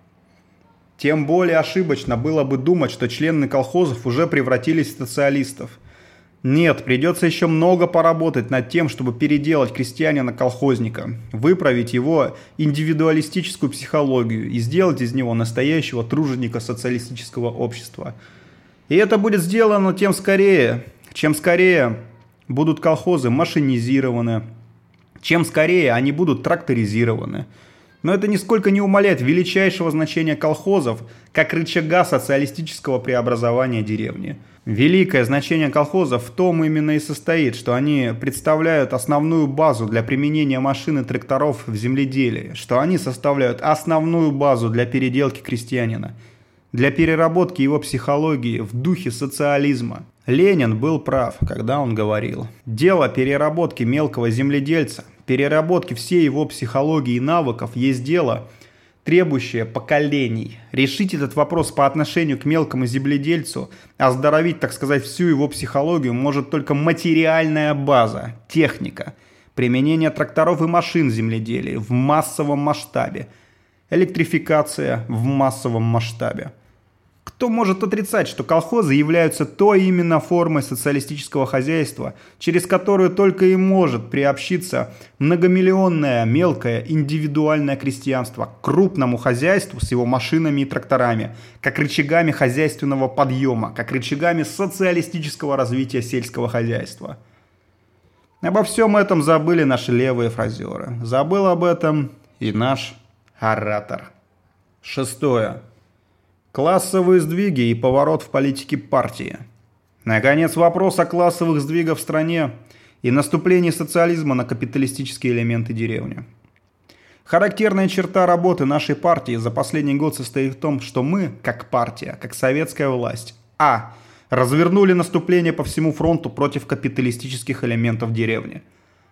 Тем более ошибочно было бы думать, что члены колхозов уже превратились в социалистов. Нет, придется еще много поработать над тем, чтобы переделать крестьянина-колхозника, выправить его индивидуалистическую психологию и сделать из него настоящего труженика социалистического общества. И это будет сделано тем скорее, чем скорее будут колхозы машинизированы, чем скорее они будут тракторизированы. Но это нисколько не умаляет величайшего значения колхозов как рычага социалистического преобразования деревни. Великое значение колхозов в том именно и состоит, что они представляют основную базу для применения машин и тракторов в земледелии, что они составляют основную базу для переделки крестьянина, для переработки его психологии в духе социализма. Ленин был прав, когда он говорил: «Дело переработки мелкого земледельца, переработки всей его психологии и навыков есть дело, требующее поколений. Решить этот вопрос по отношению к мелкому земледельцу, оздоровить, так сказать, всю его психологию может только материальная база, техника, применение тракторов и машин в земледелии в массовом масштабе, электрификация в массовом масштабе». Кто может отрицать, что колхозы являются той именно формой социалистического хозяйства, через которую только и может приобщиться многомиллионное мелкое индивидуальное крестьянство к крупному хозяйству с его машинами и тракторами, как рычагами хозяйственного подъема, как рычагами социалистического развития сельского хозяйства? Обо всем этом забыли наши левые фразеры. Забыл об этом и наш оратор. 6. Классовые сдвиги и поворот в политике партии. Наконец, вопрос о классовых сдвигах в стране и наступлении социализма на капиталистические элементы деревни. Характерная черта работы нашей партии за последний год состоит в том, что мы, как партия, как советская власть, развернули наступление по всему фронту против капиталистических элементов деревни.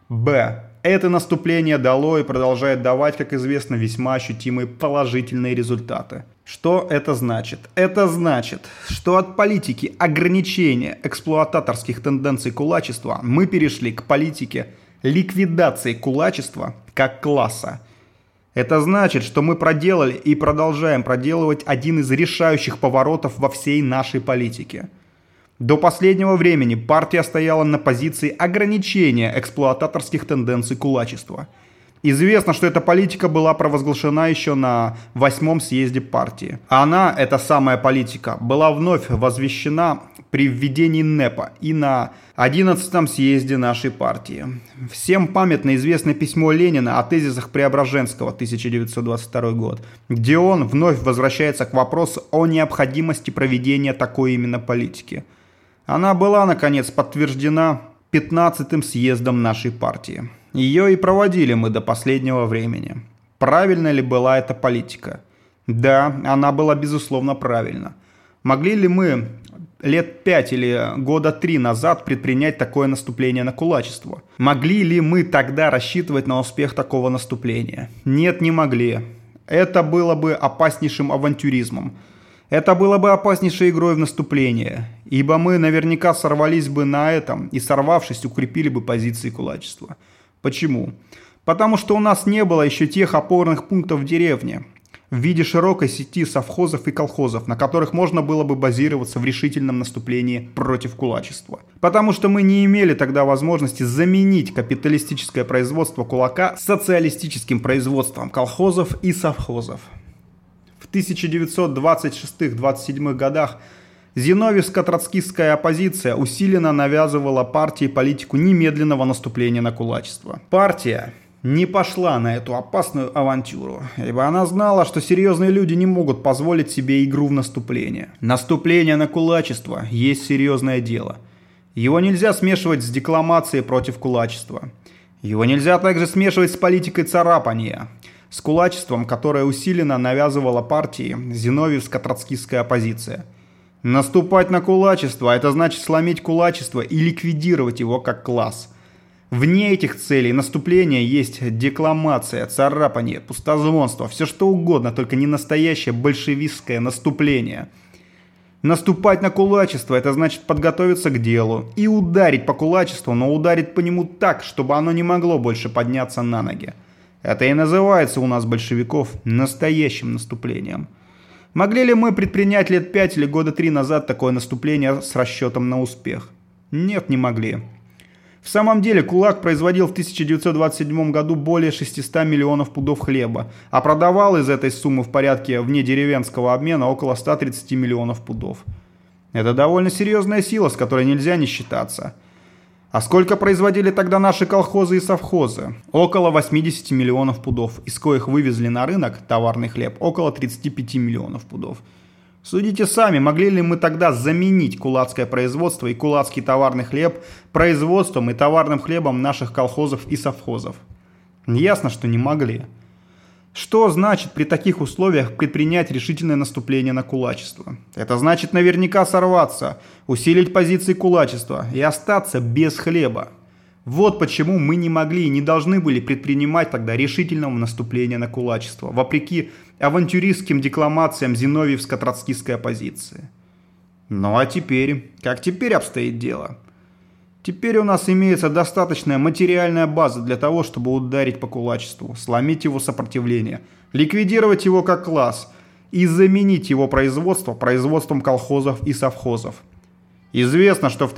Это наступление дало и продолжает давать, как известно, весьма ощутимые положительные результаты. Что это значит? Это значит, что от политики ограничения эксплуататорских тенденций кулачества мы перешли к политике ликвидации кулачества как класса. Это значит, что мы проделали и продолжаем проделывать один из решающих поворотов во всей нашей политике. До последнего времени партия стояла на позиции ограничения эксплуататорских тенденций кулачества. Известно, что эта политика была провозглашена еще на 8-м съезде партии. Она, эта самая политика, была вновь возвещена при введении НЭПа и на 11-м съезде нашей партии. Всем памятно известное письмо Ленина о тезисах Преображенского, 1922 год, где он вновь возвращается к вопросу о необходимости проведения такой именно политики. Она была, наконец, подтверждена 15-м съездом нашей партии. Ее и проводили мы до последнего времени. Правильна ли была эта политика? Да, она была безусловно правильна. Могли ли мы лет 5 или года 3 назад предпринять такое наступление на кулачество? Могли ли мы тогда рассчитывать на успех такого наступления? Нет, не могли. Это было бы опаснейшим авантюризмом. Это было бы опаснейшей игрой в наступление, ибо мы наверняка сорвались бы на этом и, сорвавшись, укрепили бы позиции кулачества. Почему? Потому что у нас не было еще тех опорных пунктов в деревне в виде широкой сети совхозов и колхозов, на которых можно было бы базироваться в решительном наступлении против кулачества. Потому что мы не имели тогда возможности заменить капиталистическое производство кулака социалистическим производством колхозов и совхозов. В 1926-27 годах зиновьевско-троцкистская оппозиция усиленно навязывала партии политику немедленного наступления на кулачество. Партия не пошла на эту опасную авантюру, ибо она знала, что серьезные люди не могут позволить себе игру в наступление. Наступление на кулачество есть серьезное дело. Его нельзя смешивать с декламацией против кулачества. Его нельзя также смешивать с политикой царапания, с кулачеством, которое усиленно навязывала партии зиновьевско-троцкистская оппозиция. Наступать на кулачество – это значит сломить кулачество и ликвидировать его как класс. Вне этих целей наступления есть декламация, царапание, пустозвонство, все что угодно, только не настоящее большевистское наступление. Наступать на кулачество – это значит подготовиться к делу и ударить по кулачеству, но ударить по нему так, чтобы оно не могло больше подняться на ноги. Это и называется у нас, большевиков, настоящим наступлением. Могли ли мы предпринять лет 5 или года 3 назад такое наступление с расчетом на успех? Нет, не могли. В самом деле кулак производил в 1927 году более 600 миллионов пудов хлеба, а продавал из этой суммы в порядке внедеревенского обмена около 130 миллионов пудов. Это довольно серьезная сила, с которой нельзя не считаться. А сколько производили тогда наши колхозы и совхозы? Около 80 миллионов пудов, из коих вывезли на рынок товарный хлеб около 35 миллионов пудов. Судите сами, могли ли мы тогда заменить кулацкое производство и кулацкий товарный хлеб производством и товарным хлебом наших колхозов и совхозов? Ясно, что не могли. Что значит при таких условиях предпринять решительное наступление на кулачество? Это значит наверняка сорваться, усилить позиции кулачества и остаться без хлеба. Вот почему мы не могли и не должны были предпринимать тогда решительного наступления на кулачество, вопреки авантюристским декламациям зиновьевско-троцкистской оппозиции. Ну а теперь? Как теперь обстоит дело? Теперь у нас имеется достаточная материальная база для того, чтобы ударить по кулачеству, сломить его сопротивление, ликвидировать его как класс и заменить его производство производством колхозов и совхозов. Известно, что в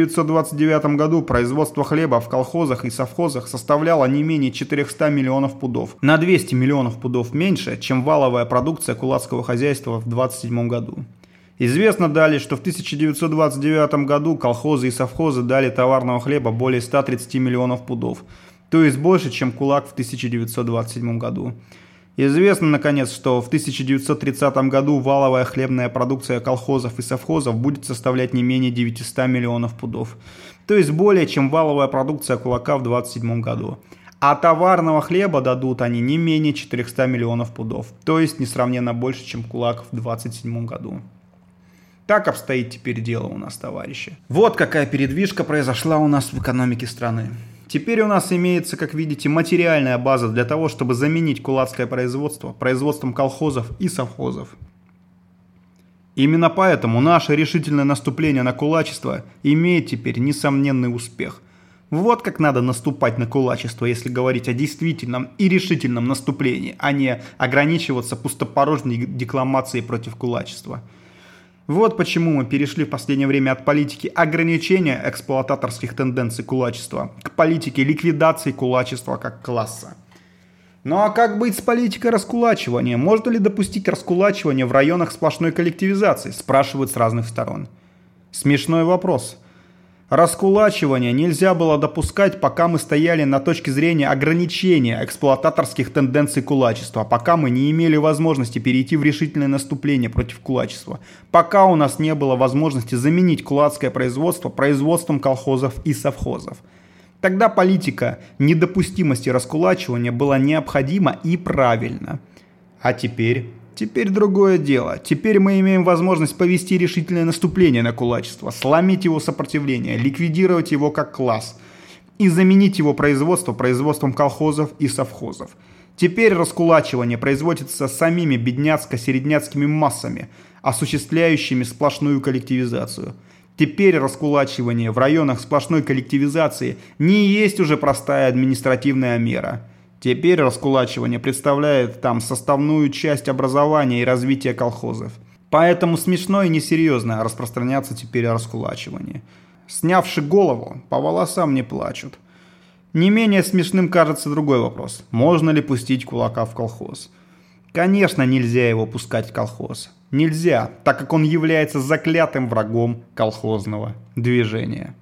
1929 году производство хлеба в колхозах и совхозах составляло не менее 400 миллионов пудов, на 200 миллионов пудов меньше, чем валовая продукция кулацкого хозяйства в 1927 году. Известно далее, что в 1929 году колхозы и совхозы дали товарного хлеба более 130 миллионов пудов, то есть больше, чем кулак в 1927 году. Известно, наконец, что в 1930 году валовая хлебная продукция колхозов и совхозов будет составлять не менее 900 миллионов пудов, то есть более, чем валовая продукция кулака в 1927 году. А товарного хлеба дадут они не менее 400 миллионов пудов, то есть несравненно больше, чем кулак в 1927 году. Так обстоит теперь дело у нас, товарищи. Вот какая передвижка произошла у нас в экономике страны. Теперь у нас имеется, как видите, материальная база для того, чтобы заменить кулацкое производство производством колхозов и совхозов. Именно поэтому наше решительное наступление на кулачество имеет теперь несомненный успех. Вот как надо наступать на кулачество, если говорить о действительном и решительном наступлении, а не ограничиваться пустопорожней декламацией против кулачества. Вот почему мы перешли в последнее время от политики ограничения эксплуататорских тенденций кулачества к политике ликвидации кулачества как класса. Ну а как быть с политикой раскулачивания? Можно ли допустить раскулачивание в районах сплошной коллективизации? Спрашивают с разных сторон. Смешной вопрос. Раскулачивание нельзя было допускать, пока мы стояли на точке зрения ограничения эксплуататорских тенденций кулачества, пока мы не имели возможности перейти в решительное наступление против кулачества, пока у нас не было возможности заменить кулацкое производство производством колхозов и совхозов. Тогда политика недопустимости раскулачивания была необходима и правильна. А теперь другое дело. Теперь мы имеем возможность повести решительное наступление на кулачество, сломить его сопротивление, ликвидировать его как класс и заменить его производство производством колхозов и совхозов. Теперь раскулачивание производится самими бедняцко-середняцкими массами, осуществляющими сплошную коллективизацию. Теперь раскулачивание в районах сплошной коллективизации не есть уже простая административная мера. Теперь раскулачивание представляет там составную часть образования и развития колхозов. Поэтому смешно и несерьезно распространяться теперь о раскулачивании. Снявши голову, по волосам не плачут. Не менее смешным кажется другой вопрос. Можно ли пустить кулака в колхоз? Конечно, нельзя его пускать в колхоз. Нельзя, так как он является заклятым врагом колхозного движения.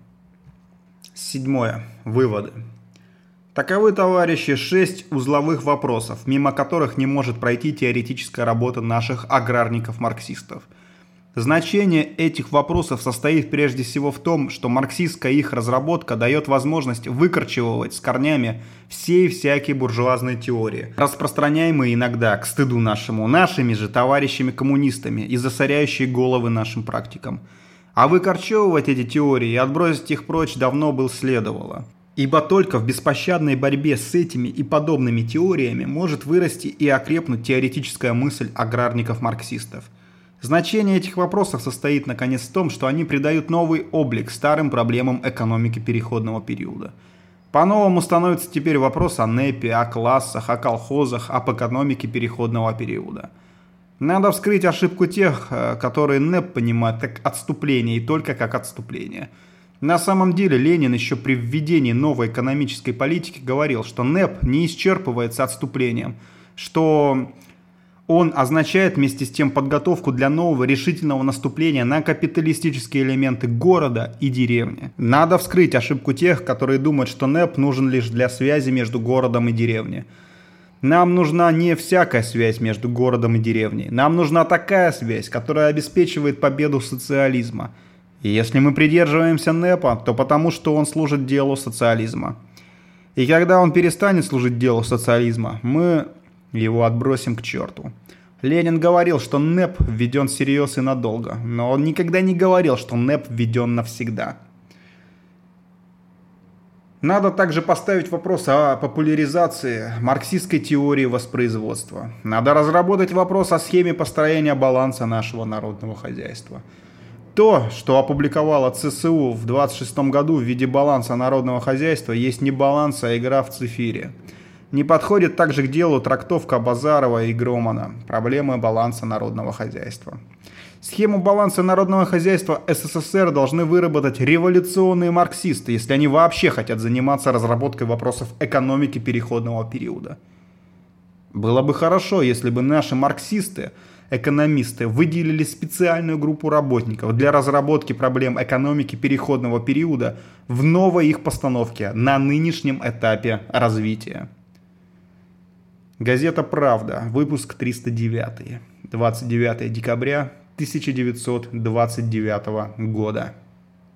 7. Выводы. Таковы, товарищи, 6 узловых вопросов, мимо которых не может пройти теоретическая работа наших аграрников-марксистов. Значение этих вопросов состоит прежде всего в том, что марксистская их разработка дает возможность выкорчевывать с корнями все и всякие буржуазные теории, распространяемые иногда, к стыду нашему, нашими же товарищами-коммунистами и засоряющие головы нашим практикам. А выкорчевывать эти теории и отбросить их прочь давно было следовало. Ибо только в беспощадной борьбе с этими и подобными теориями может вырасти и окрепнуть теоретическая мысль аграрников-марксистов. Значение этих вопросов состоит, наконец, в том, что они придают новый облик старым проблемам экономики переходного периода. По-новому становится теперь вопрос о НЭПе, о классах, о колхозах, об экономике переходного периода. Надо вскрыть ошибку тех, которые НЭП понимают как отступление и только как отступление. На самом деле Ленин еще при введении новой экономической политики говорил, что НЭП не исчерпывается отступлением, что он означает вместе с тем подготовку для нового решительного наступления на капиталистические элементы города и деревни. Надо вскрыть ошибку тех, которые думают, что НЭП нужен лишь для связи между городом и деревней. Нам нужна не всякая связь между городом и деревней. Нам нужна такая связь, которая обеспечивает победу социализма. И если мы придерживаемся НЭПа, то потому, что он служит делу социализма. И когда он перестанет служить делу социализма, мы его отбросим к черту. Ленин говорил, что НЭП введен всерьез и надолго, но он никогда не говорил, что НЭП введен навсегда. Надо также поставить вопрос о популяризации марксистской теории воспроизводства. Надо разработать вопрос о схеме построения баланса нашего народного хозяйства. То, что опубликовала ЦСУ в 1926 году в виде баланса народного хозяйства, есть не баланс, а игра в цифире. Не подходит также к делу трактовка Базарова и Громана «Проблемы баланса народного хозяйства». Схему баланса народного хозяйства СССР должны выработать революционные марксисты, если они вообще хотят заниматься разработкой вопросов экономики переходного периода. Было бы хорошо, если бы наши марксисты, экономисты, выделили специальную группу работников для разработки проблем экономики переходного периода в новой их постановке на нынешнем этапе развития. Газета «Правда», выпуск 309, 29 декабря 1929 года.